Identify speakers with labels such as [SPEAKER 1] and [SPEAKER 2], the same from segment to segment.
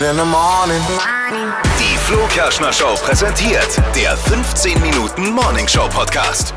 [SPEAKER 1] in the morning.
[SPEAKER 2] Die Flo Kerschner Show präsentiert der 15 Minuten Morning Show Podcast.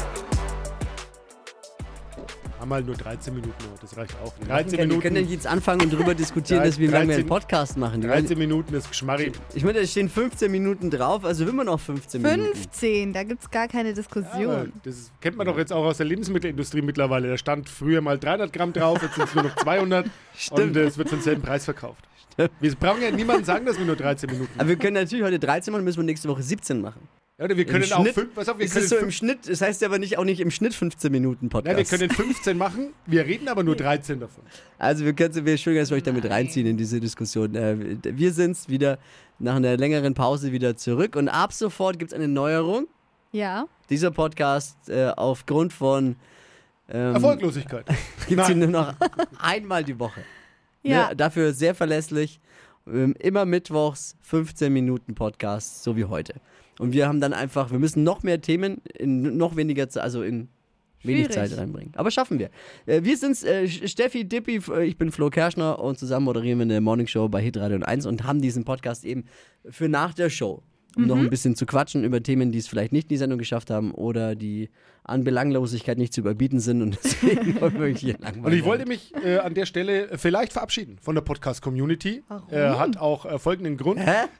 [SPEAKER 3] Haben halt nur 13 Minuten noch, das reicht auch.
[SPEAKER 4] Wir können jetzt anfangen und darüber diskutieren, dass wir lange einen Podcast machen.
[SPEAKER 3] 13 Minuten ist Geschmarri.
[SPEAKER 4] Ich meine, da stehen 15 Minuten drauf, also will man noch 15 Minuten.
[SPEAKER 5] 15, da gibt es gar keine Diskussion.
[SPEAKER 3] Ja, das kennt man doch jetzt auch aus der Lebensmittelindustrie mittlerweile. Da stand früher mal 300 Gramm drauf, jetzt sind es nur noch 200 und es wird für denselben Preis verkauft. Wir brauchen ja niemandem sagen, dass wir nur 13 Minuten machen.
[SPEAKER 4] Aber wir können natürlich heute 13 machen, müssen wir nächste Woche 17 machen.
[SPEAKER 3] Ja, oder wir können auch 5. Pass auf, wir können
[SPEAKER 4] so im Schnitt, das heißt aber auch nicht im Schnitt 15 Minuten Podcast.
[SPEAKER 3] Ja, wir können 15 machen, wir reden aber nur 13 davon.
[SPEAKER 4] Also wir Entschuldigung, dass wir euch damit reinziehen in diese Diskussion. Wir sind wieder nach einer längeren Pause wieder zurück und ab sofort gibt es eine Neuerung.
[SPEAKER 5] Ja.
[SPEAKER 4] Dieser Podcast aufgrund von
[SPEAKER 3] Erfolglosigkeit.
[SPEAKER 4] Gibt es ihn nur noch einmal die Woche.
[SPEAKER 5] Ja.
[SPEAKER 4] Ne? Dafür sehr verlässlich. Immer mittwochs 15 Minuten Podcast, so wie heute. Und wir haben dann einfach, wir müssen noch mehr Themen in noch weniger Zeit, also in wenig Zeit reinbringen. Aber schaffen wir. Wir sind's, Steffi, Dippi, ich bin Flo Kerschner und zusammen moderieren wir eine Morningshow bei Hitradio 1 und haben diesen Podcast eben für nach der Show. Um noch ein bisschen zu quatschen über Themen, die es vielleicht nicht in die Sendung geschafft haben oder die an Belanglosigkeit nicht zu überbieten sind und deswegen wollen wir hier langweilen.
[SPEAKER 3] Und ich wollte mich an der Stelle vielleicht verabschieden von der Podcast-Community. Hat auch folgenden Grund.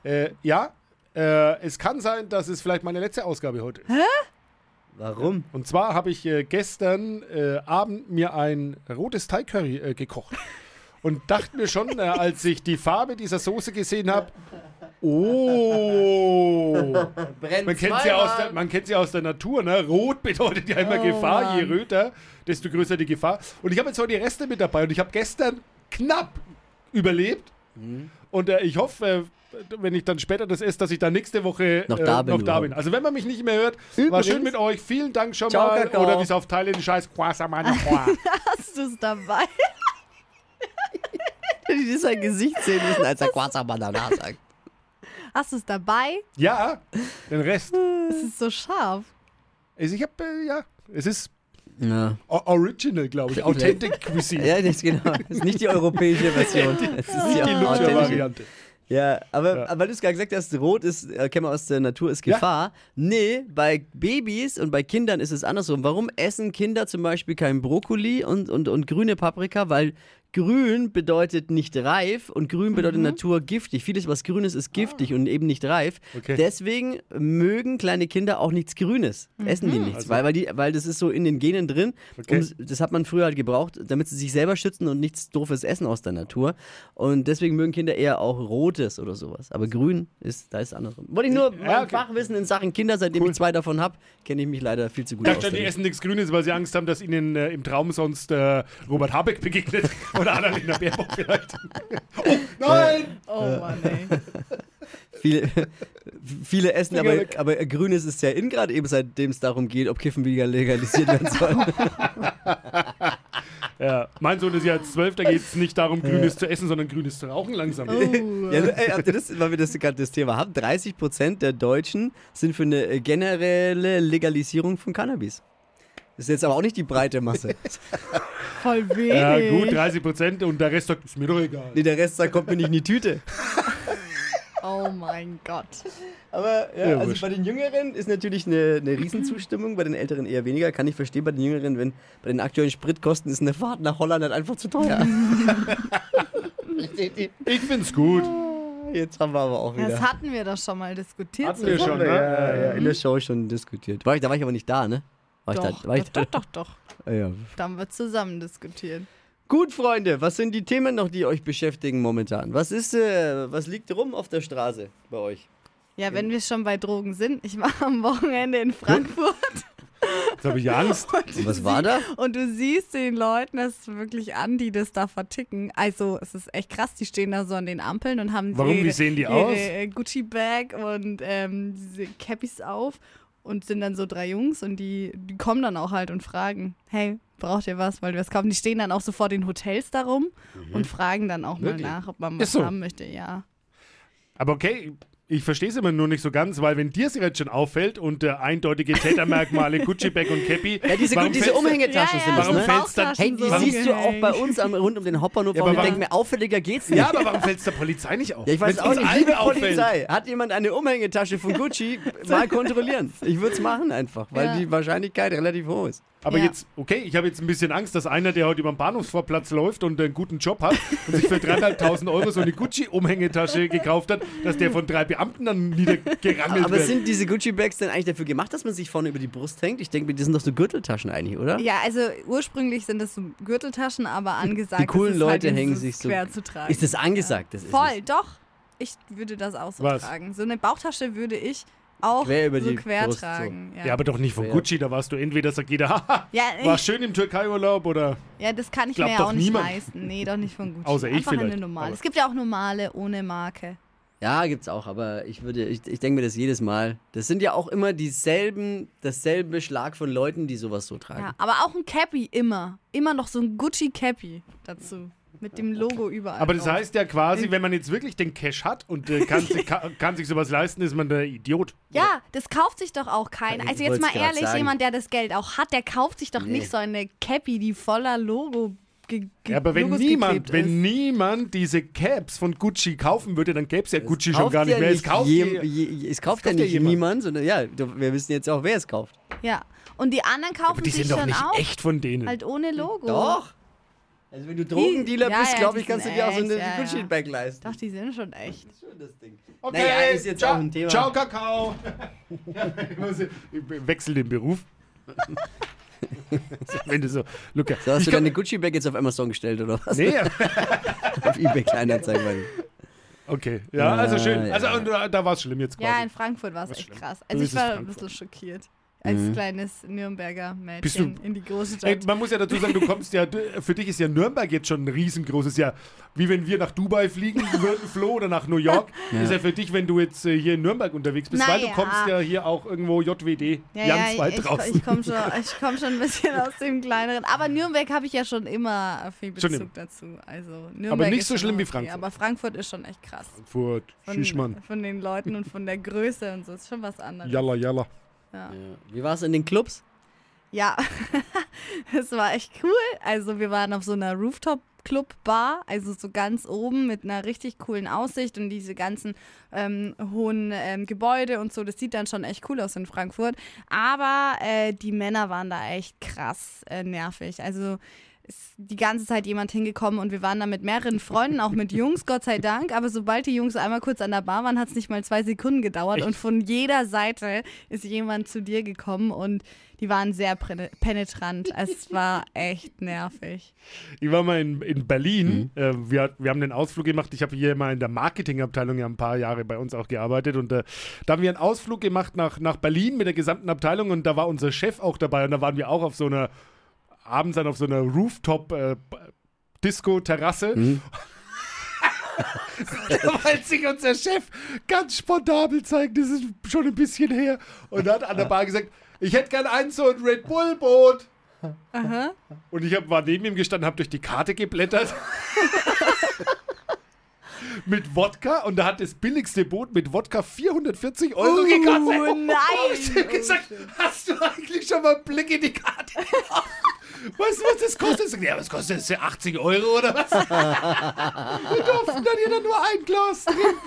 [SPEAKER 3] Es kann sein, dass es vielleicht meine letzte Ausgabe heute ist.
[SPEAKER 4] Warum?
[SPEAKER 3] Und zwar habe ich gestern Abend mir ein rotes Thai-Curry gekocht. Und dachte mir schon, als ich die Farbe dieser Soße gesehen habe, man kennt sie aus der Natur, ne? Rot bedeutet ja immer Gefahr, je röter, desto größer die Gefahr. Und ich habe jetzt heute die Reste mit dabei und ich habe gestern knapp überlebt. Und ich hoffe, wenn ich dann später das esse, dass ich dann nächste Woche
[SPEAKER 4] noch da bin.
[SPEAKER 3] Also wenn man mich nicht mehr hört, war schön mit euch. Vielen Dank schon
[SPEAKER 4] Ciao,
[SPEAKER 3] mal.
[SPEAKER 4] Kakao.
[SPEAKER 3] Oder wie es auf Thailändisch heißt,
[SPEAKER 5] Hast du es dabei?
[SPEAKER 4] Die ist sein Gesicht sehen müssen, als er Quasamanana sagt.
[SPEAKER 5] Hast du es dabei?
[SPEAKER 3] Ja, den Rest.
[SPEAKER 5] Es ist so scharf.
[SPEAKER 3] Also ich habe, es ist
[SPEAKER 4] Ja.
[SPEAKER 3] Original, glaube ich. Authentic Cuisine.
[SPEAKER 4] Ja, das genau. Das ist nicht die europäische Version. Es ist
[SPEAKER 3] Nicht die
[SPEAKER 4] authentische.
[SPEAKER 3] Lutscher-Variante.
[SPEAKER 4] Ja, aber weil du es gerade gesagt hast, Rot ist, kennen wir aus der Natur, ist Gefahr. Nee, bei Babys und bei Kindern ist es andersrum. Warum essen Kinder zum Beispiel kein Brokkoli und grüne Paprika? Weil grün bedeutet nicht reif und grün bedeutet Natur giftig. Vieles, was grün ist giftig und eben nicht reif.
[SPEAKER 3] Okay.
[SPEAKER 4] Deswegen mögen kleine Kinder auch nichts Grünes. Essen die nichts, weil das ist so in den Genen drin.
[SPEAKER 3] Okay.
[SPEAKER 4] Das hat man früher halt gebraucht, damit sie sich selber schützen und nichts Doofes essen aus der Natur. Und deswegen mögen Kinder eher auch Rotes oder sowas. Aber Grün da ist andersrum. Wollte ich nur mein Fachwissen in Sachen Kinder, seitdem ich 2 davon habe, kenne ich mich leider viel zu gut
[SPEAKER 3] Ich
[SPEAKER 4] aus.
[SPEAKER 3] dachte, die essen nichts Grünes, weil sie Angst haben, dass ihnen im Traum sonst Robert Habeck begegnet. Oder Annalena Baerbock vielleicht. Oh, nein!
[SPEAKER 5] Oh Mann, ey.
[SPEAKER 4] Viele essen, aber Grünes ist ja in, gerade eben seitdem es darum geht, ob Kiffen wieder legalisiert werden soll.
[SPEAKER 3] Ja, mein Sohn ist ja jetzt 12, da geht es nicht darum, Grünes zu essen, sondern Grünes zu rauchen langsam.
[SPEAKER 4] Ja, habt ihr das, weil wir das gerade das Thema haben, 30% der Deutschen sind für eine generelle Legalisierung von Cannabis. Das ist jetzt aber auch nicht die breite Masse.
[SPEAKER 5] Voll wenig.
[SPEAKER 3] Ja, gut, 30% und der Rest sagt, ist mir doch egal.
[SPEAKER 4] Nee, der Rest sagt, kommt mir nicht in die Tüte.
[SPEAKER 5] Oh mein Gott.
[SPEAKER 4] Aber
[SPEAKER 3] Ja,
[SPEAKER 4] also
[SPEAKER 3] wurscht.
[SPEAKER 4] bei den Jüngeren ist natürlich eine Riesenzustimmung, bei den Älteren eher weniger. Kann ich verstehen, bei den Jüngeren, wenn bei den aktuellen Spritkosten ist eine Fahrt nach Holland halt einfach zu teuer.
[SPEAKER 3] Ich find's gut.
[SPEAKER 4] Jetzt haben wir aber auch wieder.
[SPEAKER 5] Das hatten wir doch schon mal diskutiert.
[SPEAKER 3] Hatten wir schon,
[SPEAKER 4] ja,
[SPEAKER 3] ne?
[SPEAKER 4] ja, in der Show schon diskutiert. Da war ich aber nicht da, ne?
[SPEAKER 5] Doch.
[SPEAKER 4] Ja.
[SPEAKER 5] Da haben wir zusammen diskutiert.
[SPEAKER 4] Gut, Freunde, was sind die Themen noch, die euch beschäftigen momentan? Was liegt rum auf der Straße bei euch?
[SPEAKER 5] Ja, wenn wir schon bei Drogen sind. Ich war am Wochenende in Frankfurt.
[SPEAKER 3] Jetzt habe ich Angst.
[SPEAKER 4] Und was war da?
[SPEAKER 5] Und du siehst den Leuten das wirklich an, die das da verticken. Also es ist echt krass, die stehen da so an den Ampeln und haben
[SPEAKER 3] Warum, wie sehen die aus?
[SPEAKER 5] ihre Gucci-Bag und diese Cappies auf und sind dann so 3 Jungs und die kommen dann auch halt und fragen, hey, braucht ihr was, weil wir was kaufen? Die stehen dann auch sofort in Hotels darum und fragen dann auch
[SPEAKER 4] Wirklich?
[SPEAKER 5] mal nach, ob man was
[SPEAKER 3] Ist so.
[SPEAKER 5] haben möchte, ja.
[SPEAKER 3] Aber okay, Ich verstehe es immer nur nicht so ganz, weil wenn dir es jetzt schon auffällt und eindeutige Tätermerkmale Gucci-Bag und Cappy...
[SPEAKER 4] Ja, diese Umhängetaschen sind das,
[SPEAKER 3] warum
[SPEAKER 4] ne?
[SPEAKER 3] fällt's dann...
[SPEAKER 4] Hey, die
[SPEAKER 5] so
[SPEAKER 4] siehst du auch
[SPEAKER 5] aufgehängt.
[SPEAKER 4] bei uns rund um den Hauptbahnhof
[SPEAKER 3] Ja,
[SPEAKER 4] und
[SPEAKER 3] aber
[SPEAKER 4] ich denke mir, auffälliger geht's nicht.
[SPEAKER 3] Ja, aber warum fällt es der Polizei nicht auf?
[SPEAKER 4] Ja, ich weiß
[SPEAKER 3] Wenn's
[SPEAKER 4] auch
[SPEAKER 3] uns
[SPEAKER 4] nicht,
[SPEAKER 3] allen
[SPEAKER 4] liebe
[SPEAKER 3] auffällt.
[SPEAKER 4] Polizei, hat jemand eine Umhängetasche von Gucci mal kontrollieren? Ich würde es machen einfach, weil die Wahrscheinlichkeit relativ hoch ist.
[SPEAKER 3] Aber
[SPEAKER 5] Ja.
[SPEAKER 3] jetzt, okay, ich habe jetzt ein bisschen Angst, dass einer, der heute über den Bahnhofsvorplatz läuft und einen guten Job hat und sich für 3.500 Euro so eine Gucci-Umhängetasche gekauft hat, dass der von 3 Beamten dann niedergerangelt
[SPEAKER 4] Aber
[SPEAKER 3] wird.
[SPEAKER 4] sind diese Gucci-Bags denn eigentlich dafür gemacht, dass man sich vorne über die Brust hängt? Ich denke, die sind doch so Gürteltaschen eigentlich, oder?
[SPEAKER 5] Ja, also ursprünglich sind das so Gürteltaschen, aber angesagt,
[SPEAKER 4] Die coolen
[SPEAKER 5] ist es halt
[SPEAKER 4] Leute
[SPEAKER 5] nicht
[SPEAKER 4] hängen
[SPEAKER 5] so
[SPEAKER 4] sich so-
[SPEAKER 5] quer zu tragen.
[SPEAKER 4] Ist das angesagt? Das ist
[SPEAKER 5] Voll, doch. Ich würde das auch so
[SPEAKER 3] Was?
[SPEAKER 5] tragen. So eine Bauchtasche würde ich auch
[SPEAKER 4] Quer über
[SPEAKER 5] so
[SPEAKER 4] die
[SPEAKER 5] quer
[SPEAKER 4] Brust,
[SPEAKER 5] tragen.
[SPEAKER 3] Ja, aber doch nicht von Gucci, da warst du entweder, sagt jeder, haha,
[SPEAKER 5] Ja,
[SPEAKER 3] war schön im Türkei-Urlaub oder...
[SPEAKER 5] ja, das kann ich
[SPEAKER 3] Glaubt
[SPEAKER 5] mir ja
[SPEAKER 3] doch
[SPEAKER 5] auch nicht
[SPEAKER 3] niemand.
[SPEAKER 5] leisten. Nee, doch nicht von Gucci.
[SPEAKER 3] Außer ich
[SPEAKER 5] Einfach
[SPEAKER 3] vielleicht,
[SPEAKER 5] eine normale.
[SPEAKER 3] aber-
[SPEAKER 5] Es gibt ja auch normale ohne Marke.
[SPEAKER 4] Ja, gibt's auch, aber ich denke mir das jedes Mal. Das sind ja auch immer dasselbe Schlag von Leuten, die sowas so tragen.
[SPEAKER 5] Ja, aber auch ein Cappy immer. Immer noch so ein Gucci-Cappy dazu. Mit dem Logo überall.
[SPEAKER 3] Aber das
[SPEAKER 5] drauf.
[SPEAKER 3] heißt ja quasi, wenn man jetzt wirklich den Cash hat und kann sich sowas leisten, ist man der Idiot.
[SPEAKER 5] Ja, das kauft sich doch auch keiner.
[SPEAKER 4] Ich
[SPEAKER 5] Also jetzt
[SPEAKER 4] wollt's
[SPEAKER 5] mal
[SPEAKER 4] grad
[SPEAKER 5] ehrlich,
[SPEAKER 4] sagen.
[SPEAKER 5] jemand, der das Geld auch hat, der kauft sich doch nicht so eine Cappy, die voller Logo
[SPEAKER 3] Ja, aber wenn
[SPEAKER 5] Logos
[SPEAKER 3] niemand,
[SPEAKER 5] geklebt ist.
[SPEAKER 3] niemand diese Caps von Gucci kaufen würde, dann gäbe es ja Gucci schon
[SPEAKER 4] Kauft
[SPEAKER 3] gar nicht
[SPEAKER 4] ja
[SPEAKER 3] mehr. Es kauft
[SPEAKER 4] es kauft ja
[SPEAKER 3] kauft ja
[SPEAKER 4] nicht
[SPEAKER 3] jemand.
[SPEAKER 4] niemand, sondern wir wissen jetzt auch, wer es kauft.
[SPEAKER 5] Ja, und die anderen kaufen
[SPEAKER 3] aber die
[SPEAKER 5] sich
[SPEAKER 3] sind doch
[SPEAKER 5] schon
[SPEAKER 3] nicht
[SPEAKER 5] auch
[SPEAKER 3] echt von denen.
[SPEAKER 5] halt ohne Logo.
[SPEAKER 4] Doch. Also wenn du Drogendealer
[SPEAKER 5] Ja,
[SPEAKER 4] bist,
[SPEAKER 5] ja,
[SPEAKER 4] glaube
[SPEAKER 5] die
[SPEAKER 4] ich, kannst du
[SPEAKER 5] sind
[SPEAKER 4] dir auch so eine
[SPEAKER 5] echt, ja, ja.
[SPEAKER 4] Gucci-Bag leisten.
[SPEAKER 5] Doch, die sind schon echt.
[SPEAKER 4] Schon das Ding.
[SPEAKER 3] Okay,
[SPEAKER 4] Naja, ist jetzt auch ein Thema.
[SPEAKER 3] Ciao, Kakao. Ich wechsel den Beruf. Wenn du so, Luca.
[SPEAKER 4] So, hast
[SPEAKER 3] ich
[SPEAKER 4] du
[SPEAKER 3] glaub-
[SPEAKER 4] deine Gucci-Bag jetzt auf Amazon gestellt, oder was?
[SPEAKER 3] Nee,
[SPEAKER 4] Auf eBay Kleinanzeigen. meine ich.
[SPEAKER 3] okay. Ja, also schön.
[SPEAKER 4] Ja.
[SPEAKER 3] Also und da war es schlimm jetzt quasi.
[SPEAKER 5] Ja, in Frankfurt war es
[SPEAKER 3] Was
[SPEAKER 5] echt
[SPEAKER 3] schlimm.
[SPEAKER 5] krass. Also ich
[SPEAKER 3] Böses
[SPEAKER 5] war ein
[SPEAKER 3] Frankfurt.
[SPEAKER 5] bisschen schockiert. Als kleines Nürnberger
[SPEAKER 3] Bist
[SPEAKER 5] Mädchen
[SPEAKER 3] du-
[SPEAKER 5] in die große
[SPEAKER 3] Ey,
[SPEAKER 5] Stadt.
[SPEAKER 3] man muss ja dazu sagen, du kommst ja, für dich ist ja Nürnberg jetzt schon ein riesengroßes Jahr. Wie wenn wir nach Dubai fliegen würden, Flo, oder nach New York. Ist ja für dich, wenn du jetzt hier in Nürnberg unterwegs bist, weil du
[SPEAKER 5] Naja.
[SPEAKER 3] kommst ja hier auch irgendwo JWD, ganz weit draußen.
[SPEAKER 5] ich komm schon ein bisschen aus dem kleineren. Aber Nürnberg habe ich ja schon immer viel
[SPEAKER 3] Schon
[SPEAKER 5] Bezug
[SPEAKER 3] immer.
[SPEAKER 5] dazu. Also Nürnberg
[SPEAKER 3] Aber nicht
[SPEAKER 5] ist
[SPEAKER 3] so
[SPEAKER 5] schon
[SPEAKER 3] schlimm wie
[SPEAKER 5] okay,
[SPEAKER 3] Frankfurt.
[SPEAKER 5] Aber Frankfurt ist schon echt krass.
[SPEAKER 3] Frankfurt, Schischmann,
[SPEAKER 5] Von den Leuten und von der Größe und so. Ist schon was anderes.
[SPEAKER 3] Jalla, Jalla.
[SPEAKER 5] Ja.
[SPEAKER 4] Wie war es in den Clubs?
[SPEAKER 5] Ja, es war echt cool. Also wir waren auf so einer Rooftop-Club-Bar, also so ganz oben mit einer richtig coolen Aussicht und diese ganzen hohen Gebäude und so. Das sieht dann schon echt cool aus in Frankfurt. Aber die Männer waren da echt krass nervig. Also ist die ganze Zeit jemand hingekommen und wir waren da mit mehreren Freunden, auch mit Jungs, Gott sei Dank. Aber sobald die Jungs einmal kurz an der Bar waren, hat es nicht mal 2 Sekunden gedauert.
[SPEAKER 3] Echt?
[SPEAKER 5] Und von jeder Seite ist jemand zu dir gekommen und die waren sehr penetrant. Es war echt nervig.
[SPEAKER 3] Ich war mal in Berlin. Wir haben einen Ausflug gemacht. Ich habe hier mal in der Marketingabteilung ja ein paar Jahre bei uns auch gearbeitet. Und da haben wir einen Ausflug gemacht nach Berlin mit der gesamten Abteilung. Und da war unser Chef auch dabei. Und da waren wir auch abends dann auf so einer Rooftop-Disco-Terrasse. Da wollte sich unser Chef ganz spontan zeigen, das ist schon ein bisschen her. Und hat an der Bar gesagt, ich hätte gern so ein Red Bull-Boot.
[SPEAKER 5] Aha.
[SPEAKER 3] Und ich war neben ihm gestanden, habe durch die Karte geblättert. Mit Wodka. Und da hat das billigste Boot mit Wodka 440 Euro gekostet.
[SPEAKER 5] nein!
[SPEAKER 3] Ich hab gesagt, hast du eigentlich schon mal einen Blick in die Karte geworfen? Weißt du, was das kostet? Ich sag, ja, was kostet das? 80 Euro oder was? Wir durften dann hier nur ein Glas trinken.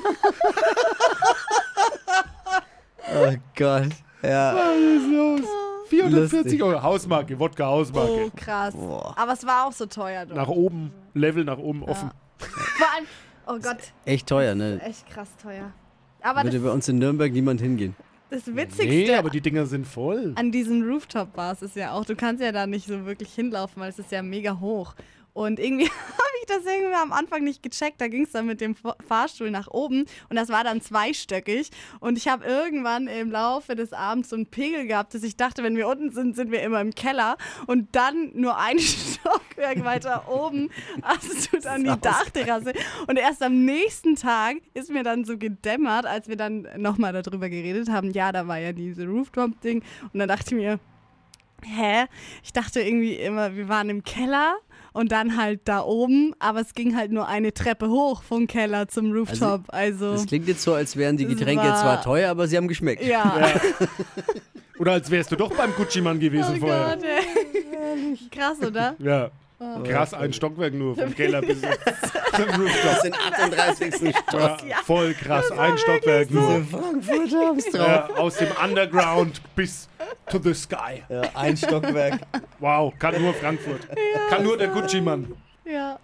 [SPEAKER 4] Oh Gott. Ja.
[SPEAKER 3] Was ist los? 440
[SPEAKER 4] Lustig.
[SPEAKER 3] Euro. Hausmarke, Wodka Hausmarke.
[SPEAKER 5] Oh, krass.
[SPEAKER 4] Boah.
[SPEAKER 5] Aber es war auch so teuer dort.
[SPEAKER 3] Nach oben, Level nach oben offen.
[SPEAKER 5] Vor allem, oh Gott,
[SPEAKER 4] Echt teuer, ne?
[SPEAKER 5] echt krass teuer. Aber
[SPEAKER 4] Würde bei uns in Nürnberg niemand hingehen.
[SPEAKER 5] das Witzigste
[SPEAKER 3] Nee, aber die Dinger sind voll.
[SPEAKER 5] an diesen Rooftop-Bars ist ja auch, du kannst ja da nicht so wirklich hinlaufen, weil es ist ja mega hoch. Und irgendwie habe ich das irgendwie am Anfang nicht gecheckt. Da ging es dann mit dem Fahrstuhl nach oben und das war dann zweistöckig. Und ich habe irgendwann im Laufe des Abends so einen Pegel gehabt, dass ich dachte, wenn wir unten sind, sind wir immer im Keller. Und dann nur ein Stockwerk weiter oben hast du dann die Dachterrasse. Und erst am nächsten Tag ist mir dann so gedämmert, als wir dann nochmal darüber geredet haben. Ja, da war ja diese Rooftop-Ding. Und dann dachte ich mir, hä? Ich dachte irgendwie immer, wir waren im Keller und dann halt da oben, aber es ging halt nur eine Treppe hoch vom Keller zum Rooftop. Also
[SPEAKER 4] Das klingt jetzt so, als wären die Getränke
[SPEAKER 5] war-
[SPEAKER 4] zwar teuer, aber sie haben geschmeckt.
[SPEAKER 5] ja.
[SPEAKER 3] Oder als wärst du doch beim Gucci-Mann gewesen
[SPEAKER 5] Oh
[SPEAKER 3] vorher.
[SPEAKER 5] Gott, ey. Krass, oder?
[SPEAKER 3] Ja. Krass, ein Stockwerk nur, vom Keller bis zum Rooftop.
[SPEAKER 4] Das sind 38. Stock.
[SPEAKER 3] Ja, voll krass, ein Stockwerk nur.
[SPEAKER 4] Frankfurt haben's drauf.
[SPEAKER 3] Ja, aus dem Underground bis to the sky.
[SPEAKER 4] Ja, ein Stockwerk.
[SPEAKER 3] Wow, kann nur Frankfurt. Kann nur der Gucci-Mann.
[SPEAKER 5] Ja.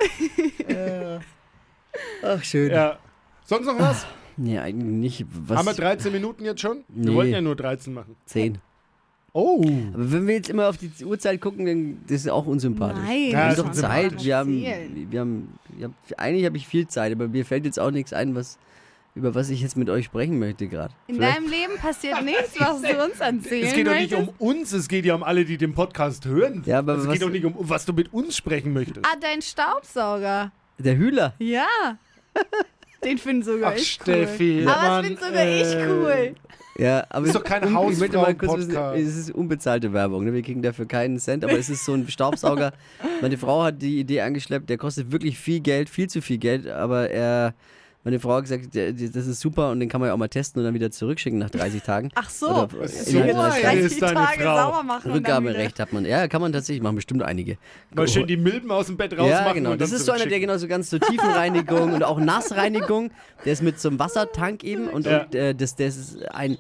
[SPEAKER 4] Ach, schön.
[SPEAKER 3] Ja. Sonst noch was?
[SPEAKER 4] Nee, eigentlich nicht. Was?
[SPEAKER 3] Haben wir 13 Minuten jetzt schon? Wir
[SPEAKER 4] Nee.
[SPEAKER 3] wollten ja nur 13 machen.
[SPEAKER 4] 10.
[SPEAKER 3] Oh.
[SPEAKER 4] Aber wenn wir jetzt immer auf die Uhrzeit gucken, dann das ist auch unsympathisch.
[SPEAKER 5] Nein,
[SPEAKER 4] Wir haben
[SPEAKER 3] das
[SPEAKER 4] doch
[SPEAKER 3] ist
[SPEAKER 4] Zeit.
[SPEAKER 5] erzählen.
[SPEAKER 4] Eigentlich habe ich viel Zeit, aber mir fällt jetzt auch nichts ein, über was ich jetzt mit euch sprechen möchte gerade.
[SPEAKER 5] In deinem Leben passiert nichts, was du uns erzählen
[SPEAKER 3] Es geht doch nicht
[SPEAKER 5] möchtest.
[SPEAKER 3] um uns, es geht ja um alle, die den Podcast hören.
[SPEAKER 4] Ja, aber
[SPEAKER 3] es
[SPEAKER 4] was-
[SPEAKER 3] geht doch nicht um, was du mit uns sprechen möchtest.
[SPEAKER 5] Ah, dein Staubsauger.
[SPEAKER 4] Der Hühler.
[SPEAKER 5] Ja. Den finden sogar
[SPEAKER 3] Ach,
[SPEAKER 5] ich
[SPEAKER 3] Steffi,
[SPEAKER 5] cool. Aber
[SPEAKER 3] Mann,
[SPEAKER 5] das finde sogar ich cool.
[SPEAKER 4] Ja, aber
[SPEAKER 3] Ist doch kein
[SPEAKER 4] ich möchte mal kurz wissen,
[SPEAKER 3] Hausfrauen-Podcast.
[SPEAKER 4] es ist unbezahlte Werbung, ne? Wir kriegen dafür keinen Cent, aber es ist so ein Staubsauger. Meine Frau hat die Idee angeschleppt, der kostet wirklich viel Geld, viel zu viel Geld, aber meine Frau hat gesagt, das ist super und den kann man ja auch mal testen und dann wieder zurückschicken nach 30 Tagen.
[SPEAKER 5] Ach so.
[SPEAKER 4] Oder
[SPEAKER 3] ist
[SPEAKER 4] innerhalb
[SPEAKER 3] so
[SPEAKER 4] von 30
[SPEAKER 3] geil.
[SPEAKER 4] Tagen.
[SPEAKER 3] ist deine
[SPEAKER 5] Tage
[SPEAKER 3] Frau.
[SPEAKER 5] sauber machen. und dann
[SPEAKER 4] Rückgaberecht hat man. Ja, kann man tatsächlich machen, bestimmt einige.
[SPEAKER 3] Mal schön die Milben aus dem Bett rausmachen.
[SPEAKER 4] Ja, genau.
[SPEAKER 3] und
[SPEAKER 4] Das
[SPEAKER 3] dann
[SPEAKER 4] ist so einer, der
[SPEAKER 3] zurückschicken.
[SPEAKER 4] genau so ganz zur Tiefenreinigung und auch Nassreinigung. Der ist mit so einem Wassertank eben und,
[SPEAKER 3] Ja.
[SPEAKER 4] und das ist ein.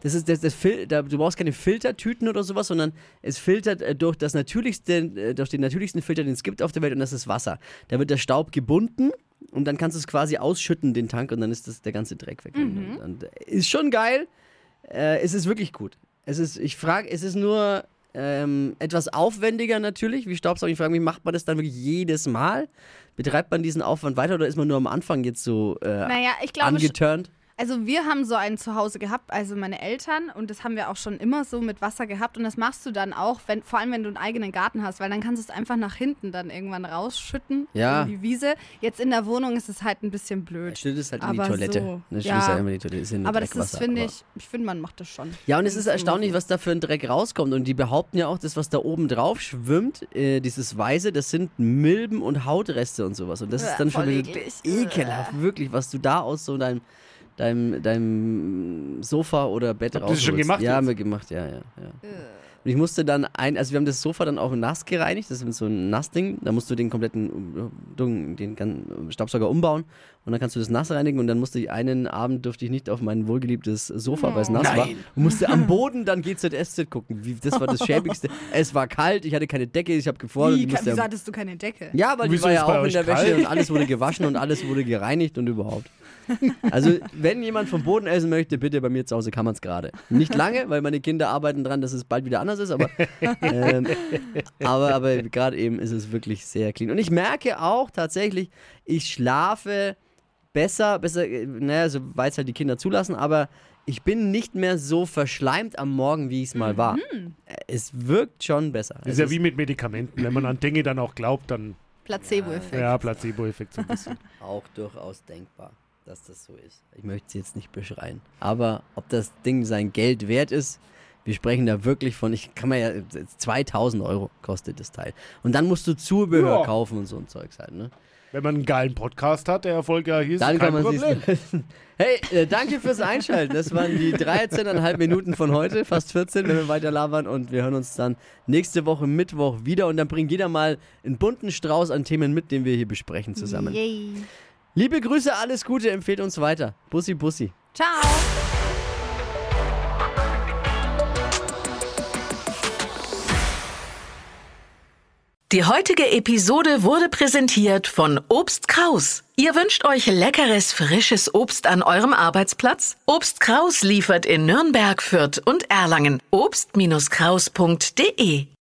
[SPEAKER 4] Du brauchst keine Filtertüten oder sowas, sondern es filtert durch den natürlichsten Filter, den es gibt auf der Welt, und das ist Wasser. Da wird der Staub gebunden und dann kannst du es quasi ausschütten, den Tank, und dann ist der ganze Dreck weg. Und ist schon geil. Es ist wirklich gut. Es ist nur etwas aufwendiger natürlich, wie Staubsaugen. Ich frage mich, macht man das dann wirklich jedes Mal? Betreibt man diesen Aufwand weiter oder ist man nur am Anfang jetzt so
[SPEAKER 5] Naja, ich glaube,
[SPEAKER 4] angeturnt?
[SPEAKER 5] also wir haben so einen zu Hause gehabt, also meine Eltern, und das haben wir auch schon immer so mit Wasser gehabt, und das machst du dann auch, vor allem wenn du einen eigenen Garten hast, weil dann kannst du es einfach nach hinten dann irgendwann rausschütten
[SPEAKER 4] Ja.
[SPEAKER 5] in die Wiese. Jetzt in der Wohnung ist es halt ein bisschen blöd.
[SPEAKER 4] Schüttet es halt in die
[SPEAKER 5] Aber
[SPEAKER 4] Toilette.
[SPEAKER 5] so,
[SPEAKER 4] Dann
[SPEAKER 5] ja.
[SPEAKER 4] schüttest du halt immer in die Toilette. Ist ja nur
[SPEAKER 5] Aber das ist,
[SPEAKER 4] Dreckwasser,
[SPEAKER 5] finde
[SPEAKER 4] aber-
[SPEAKER 5] ich finde, man macht das schon.
[SPEAKER 4] Ja, und es ist erstaunlich, was da für ein Dreck rauskommt. Und die behaupten ja auch, das, was da oben drauf schwimmt, dieses Weiße, das sind Milben und Hautreste und sowas. Und das ist dann schon
[SPEAKER 5] voll
[SPEAKER 4] wieder
[SPEAKER 5] eklig.
[SPEAKER 4] ekelhaft, wirklich, was du da aus so deinem Sofa oder Bett
[SPEAKER 3] Habt ihr das schon
[SPEAKER 4] rausholst.
[SPEAKER 3] gemacht
[SPEAKER 4] Ja,
[SPEAKER 3] jetzt?
[SPEAKER 4] haben wir gemacht, ja. Und ich musste dann also wir haben das Sofa dann auch nass gereinigt, das ist mit so einem Nassding, da musst du den kompletten Staubsauger umbauen und dann kannst du das nass reinigen, und dann musste ich einen Abend, durfte ich nicht auf mein wohlgeliebtes Sofa, weil es nass war, und musste am Boden dann GZSZ gucken. Das war das Schäbigste. Es war kalt, ich hatte keine Decke, ich habe gefroren. und ich musste
[SPEAKER 5] Wieso hattest du keine Decke?
[SPEAKER 4] ja, weil die
[SPEAKER 3] Wieso
[SPEAKER 4] war
[SPEAKER 3] ist
[SPEAKER 4] ja
[SPEAKER 3] bei
[SPEAKER 4] auch in
[SPEAKER 3] euch
[SPEAKER 4] der Wäsche
[SPEAKER 3] kalt?
[SPEAKER 4] und alles wurde gewaschen und alles wurde gereinigt und überhaupt. Also, wenn jemand vom Boden essen möchte, bitte bei mir zu Hause kann man es gerade. Nicht lange, weil meine Kinder arbeiten dran, dass es bald wieder anders ist, aber gerade eben ist es wirklich sehr clean. Und ich merke auch tatsächlich, ich schlafe besser, naja, soweit es halt die Kinder zulassen, aber ich bin nicht mehr so verschleimt am Morgen, wie ich es mal war. Es wirkt schon besser.
[SPEAKER 3] Das ist ja wie mit Medikamenten. Wenn man an Dinge dann auch glaubt, dann
[SPEAKER 5] Placebo-Effekt.
[SPEAKER 3] ja, Placebo-Effekt so ein bisschen.
[SPEAKER 4] Auch durchaus denkbar, dass das so ist. Ich möchte es jetzt nicht beschreien. Aber ob das Ding sein Geld wert ist, wir sprechen da wirklich von, 2000 € kostet das Teil. Und dann musst du Zubehör
[SPEAKER 3] Ja.
[SPEAKER 4] kaufen und so ein Zeugs halt, ne?
[SPEAKER 3] Wenn man einen geilen Podcast hat, der erfolgreich ist,
[SPEAKER 4] Dann
[SPEAKER 3] kein
[SPEAKER 4] kann man
[SPEAKER 3] Problem.
[SPEAKER 4] sich Hey, danke fürs Einschalten. Das waren die 13,5 Minuten von heute, fast 14, wenn wir weiter labern. Und wir hören uns dann nächste Woche Mittwoch wieder. Und dann bringt jeder mal einen bunten Strauß an Themen mit, den wir hier besprechen zusammen.
[SPEAKER 5] Yay.
[SPEAKER 4] Liebe Grüße, alles Gute, empfehlt uns weiter. Bussi, Bussi.
[SPEAKER 5] Ciao.
[SPEAKER 1] Die heutige Episode wurde präsentiert von Obst Kraus. Ihr wünscht euch leckeres, frisches Obst an eurem Arbeitsplatz? Obst Kraus liefert in Nürnberg, Fürth und Erlangen. Obst-Kraus.de